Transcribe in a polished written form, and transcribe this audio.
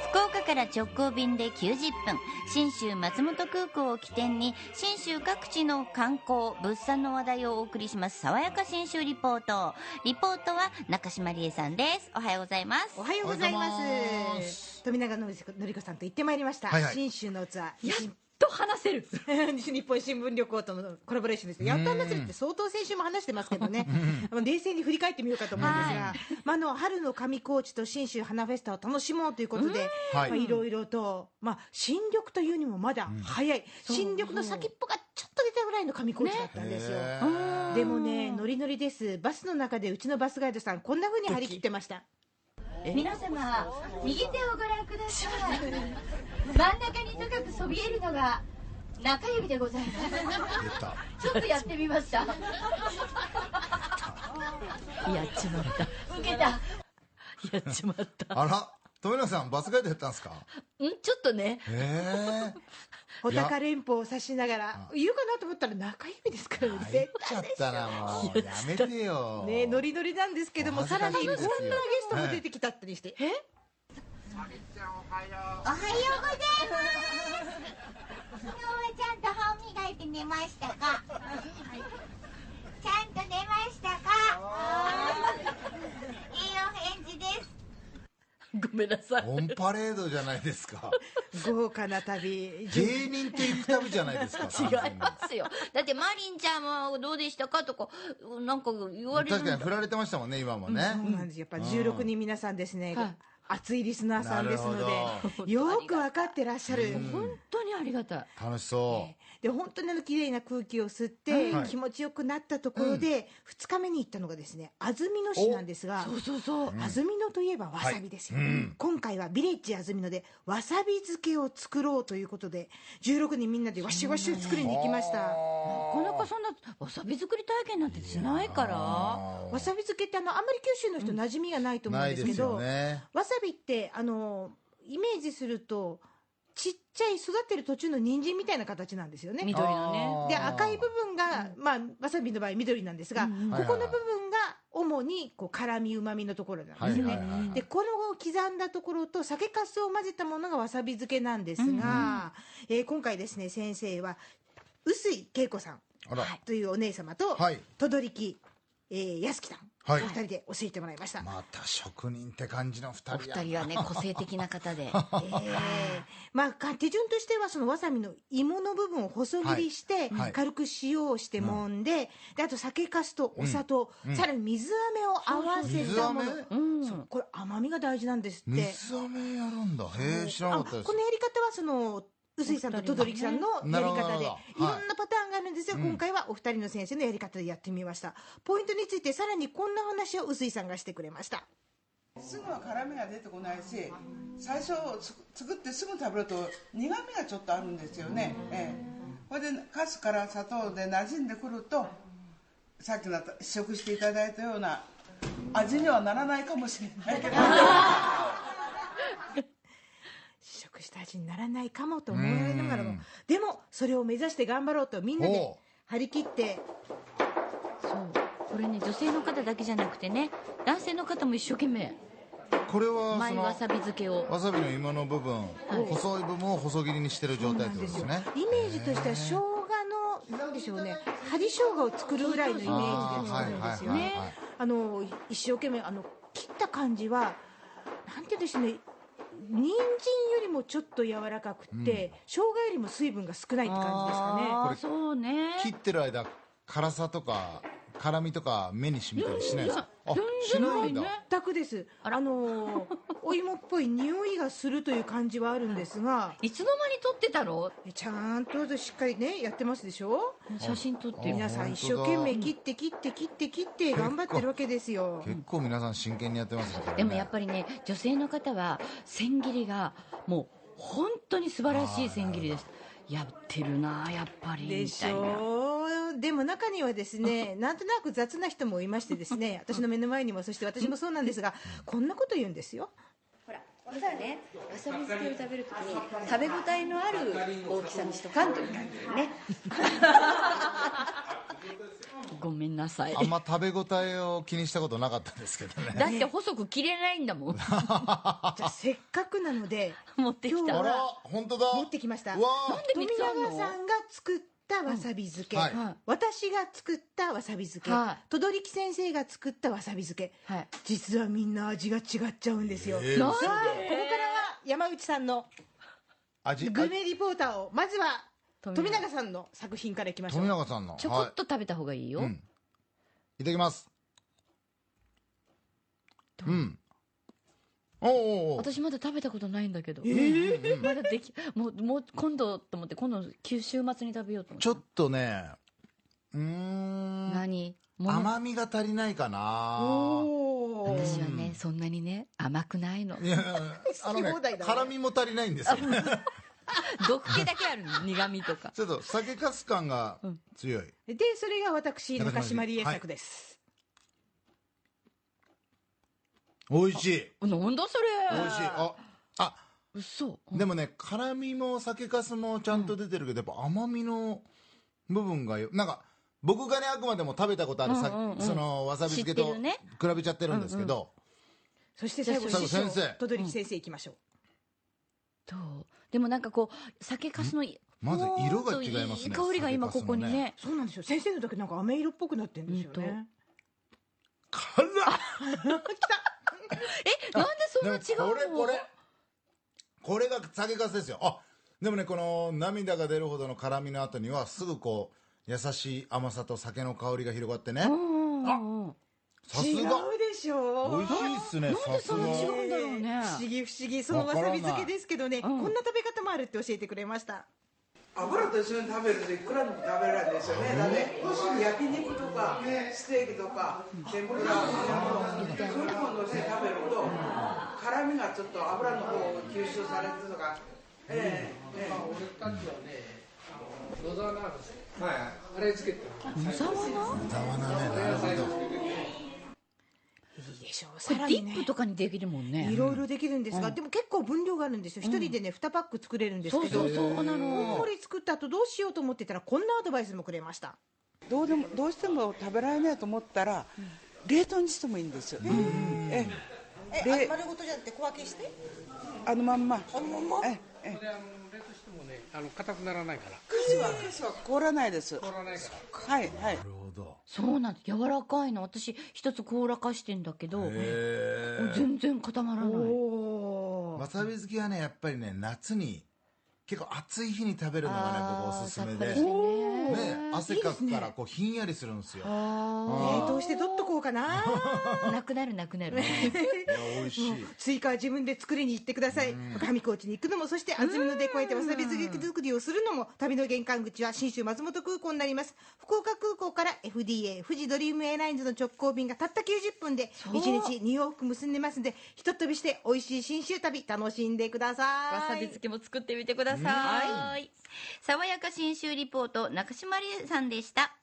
福岡から直行便で90分、信州松本空港を起点に信州各地の観光物産の話題をお送りします、爽やか信州リポート。リポートは中島理恵さんです。おはようございます。 おはようございます。富永典子さんと行ってまいりました、 はいはい、 信州のツアー。 やっと話せる西日本新聞旅行とのコラボレーションです。やっと話せるって相当先週も話してますけどね冷静に振り返ってみようかと思うんですが、春の上高地と信州花フェスタを楽しもうということで、いろいろと、新緑というにもまだ早い、新緑の先っぽがちょっと出たぐらいの上高地だったんですよ、でもね、ノリノリです。バスの中でうちのバスガイドさんこんな風に張り切ってました。 皆様、右手をご覧ください。真ん中に高くそびえるのが中指でございます。ちょっとやってみました。やっちまった受けた。 やっちまった。 あら、富永さんバスガイドやったんですか？ ちょっとね。 穂高連峰を指しながら言うかなと思ったら中指ですからね。 言っちゃったな、もうやめてよね。ノリノリなんですけども、さらにこんなゲストも出てきたったりして、 おはようございます。昨日はちゃんと歯磨いて寝ましたか？ちゃんと寝ましたか？いいお返事です。 ごめんなさい。 オンパレードじゃないですか。 豪華な旅、 芸人と行く旅じゃないですか。 違いますよ。だってマリンちゃんはどうでしたかとかなんか言われる。 確かに振られてましたもんね、今もね。 そうなんです。やっぱり16人皆さんですね、熱いリスナーさんですので、よく分かってらっしゃる。 本当にありがたい。 楽しそう。 で本当に綺麗な空気を吸って、気持ちよくなったところで、2日目に行ったのがですね、安曇野市なんですが、安曇野といえばわさびですよ、今回はビレッジ安曇野でわさび漬けを作ろうということで16人みんなでわしわし作りに行きました。なかなかそんなわさび作り体験なんてしないから。 わさび漬けってあんまり九州の人馴染みがないと思うんですけど、わさびってイメージするとちっちゃい育ってる途中の人参みたいな形なんですよね。 緑のね。 で赤い部分が、わさびの場合緑なんですが、ここの部分が主に辛みうまみのところなんですね。でこの刻んだところと酒粕を混ぜたものがわさび漬けなんですが、今回ですね、先生は臼井恵子さんというお姉様と轟安樹さん、お二人で教えてもらいました。 また職人って感じの二人。 お二人はね、個性的な方で手順としてはそのわさびの芋の部分を細切りして、軽く塩をして揉んで、であと酒粕とお砂糖、さらに水飴を合わせたもの、これ甘みが大事なんですって。 水飴やるんだ。へえ、知らなかったです。 このやり方はその臼井さんと轟さんのやり方で、いろんなパターンがあるんですが、今回はお二人の先生のやり方でやってみました。ポイントについてさらにこんな話を臼井さんがしてくれました。 すぐは辛みが出てこないし、最初作ってすぐ食べると苦みがちょっとあるんですよね。これでかすから砂糖で馴染んでくると、さっきの試食していただいたような味にはならないかもしれないけど試食した味にならないかもと思いながらも、でもそれを目指して頑張ろうとみんなで張り切って。 そうこれね、女性の方だけじゃなくてね、男性の方も一生懸命。これはそのわさび漬けを、 わさびの芋の部分、細い部分を細切りにしてる状態ってことですね。 イメージとしては生姜のなんでしょうね、針生姜を作るぐらいのイメージで作るんですよね。一生懸命切った感じはなんていうんでしょうね、人参よりもちょっと柔らかくて、生姜よりも水分が少ないって感じですかね。 そうね。 切ってる間辛さとか辛みとか目に染みたりしないですか？しないんだ。 全くです。お芋っぽい匂いがするという感じはあるんですが、 いつの間に撮ってたの？ ちゃんとしっかりねやってますでしょ。 写真撮って皆さん一生懸命切って頑張ってるわけですよ。 結構皆さん真剣にやってますね。 でもやっぱりね、女性の方は千切りがもう本当に素晴らしい千切りです。やってるなやっぱりでしょう。でも中にはですねなんとなく雑な人もいましてですね、私の目の前にも、そして私もそうなんですが、こんなこと言うんですよ。 ほら、実はね、わさび漬けを食べるときに食べ応えのある大きさにしとかんという感じでねごめんなさい。 あんま食べ応えを気にしたことなかったんですけどね。 だって細く切れないんだもん。 じゃあせっかくなので持ってきた。 今日は本当だ。 持ってきました。 うわなんで富 3つあんの？ 永さんが作ったわさび漬け、 はい私が作ったわさび漬け、 はい戸取先生が作ったわさび漬け、 はい。 実はみんな味が違っちゃうんですよ、 なんでさあここからは山内さんの味グルメリポーターをまずは富富永さんの作品からいきましょう。 富永さんのちょこっと食べた方がいいよ。 はい、いただきます。おお。 私まだ食べたことないんだけど。まだもう今度と思って、今度週末に食べようと思って。 ちょっとね、 何？ 甘みが足りないかな。 おー私はね、そんなにね、甘くないの。 いや、 好き放題だね辛みも足りないんですよ。 毒気だけあるの、苦味とか。 ちょっと酒粕感が強い。 でそれが私中島理恵作です、 美味しい。 なんだそれ。 美味しい。 嘘。 でもね、辛みも酒粕もちゃんと出てるけど、やっぱ甘みの部分がなんか僕がね、あくまでも食べたことあるそのわさび漬けと知ってるね比べちゃってるんですけど、 そして最後最後師匠先生戸取先生いきましょう、 どう？でもなんかこう酒粕のまず色が違いますね。 いい香りが今ここにね。 そうなんですよ、先生のだけなんか飴色っぽくなってるんですよね。 辛っ。 来たなんでそんな違うの？ これが酒粕ですよ。でもね、この涙が出るほどの辛みの後にはすぐこう優しい甘さと酒の香りが広がってね。さす違うがでしょ美味しいっすね。 なんでそんな違うんだろうね。 不思議不思議、そのわさび漬けですけどね、こんな食べ方もあるって教えてくれました。 油と一緒に食べるといくらでも食べられるんですよね。だって焼肉とかステーキとか天ぷらそういうものをして食べると辛みがちょっと油の方を吸収されてとか。 俺たちはね、野沢菜ですよ。あれつけてる。 野沢菜？ ざわなね、なるほど。 いいでしょう。 これさらにねディップとかにできるもんね。 いろいろできるんですが、でも結構分量があるんですよ。一人でね2パック作れるんですけど、 そうな大の。 盛り作った後どうしようと思ってたらこんなアドバイスもくれました。 どうしても食べられないと思ったら冷凍にしてもいいんですよ。 丸ごとじゃなくて小分けして、 あのまんま。 これ冷凍してもね、硬くならないから。 カスは凍らないです。 凍らないから。 はいはい。 なるほど。 そうなんです。柔らかいの。私一つ凍らかしてんだけど、全然固まらない。 わさび漬けはね、やっぱりね、夏に結構暑い日に食べるのがね、僕おすすめで、ね、汗かくからこうひんやりするんですよ。 冷凍して取っとこうかな。 なくなる。 いや美味しい。 追加は自分で作りに行ってください。上高地に行くのも、そして安曇野でこうやってわさび漬け作りをするのも、旅の玄関口は信州松本空港になります。福岡空港から FDA 富士ドリームエアラインズの直行便がたった90分で1日2往復結んでますんで、ひとっ飛びして美味しい信州旅楽しんでください。 わさび漬けも作ってみてください。 爽やか信州リポート中島理恵さんでした。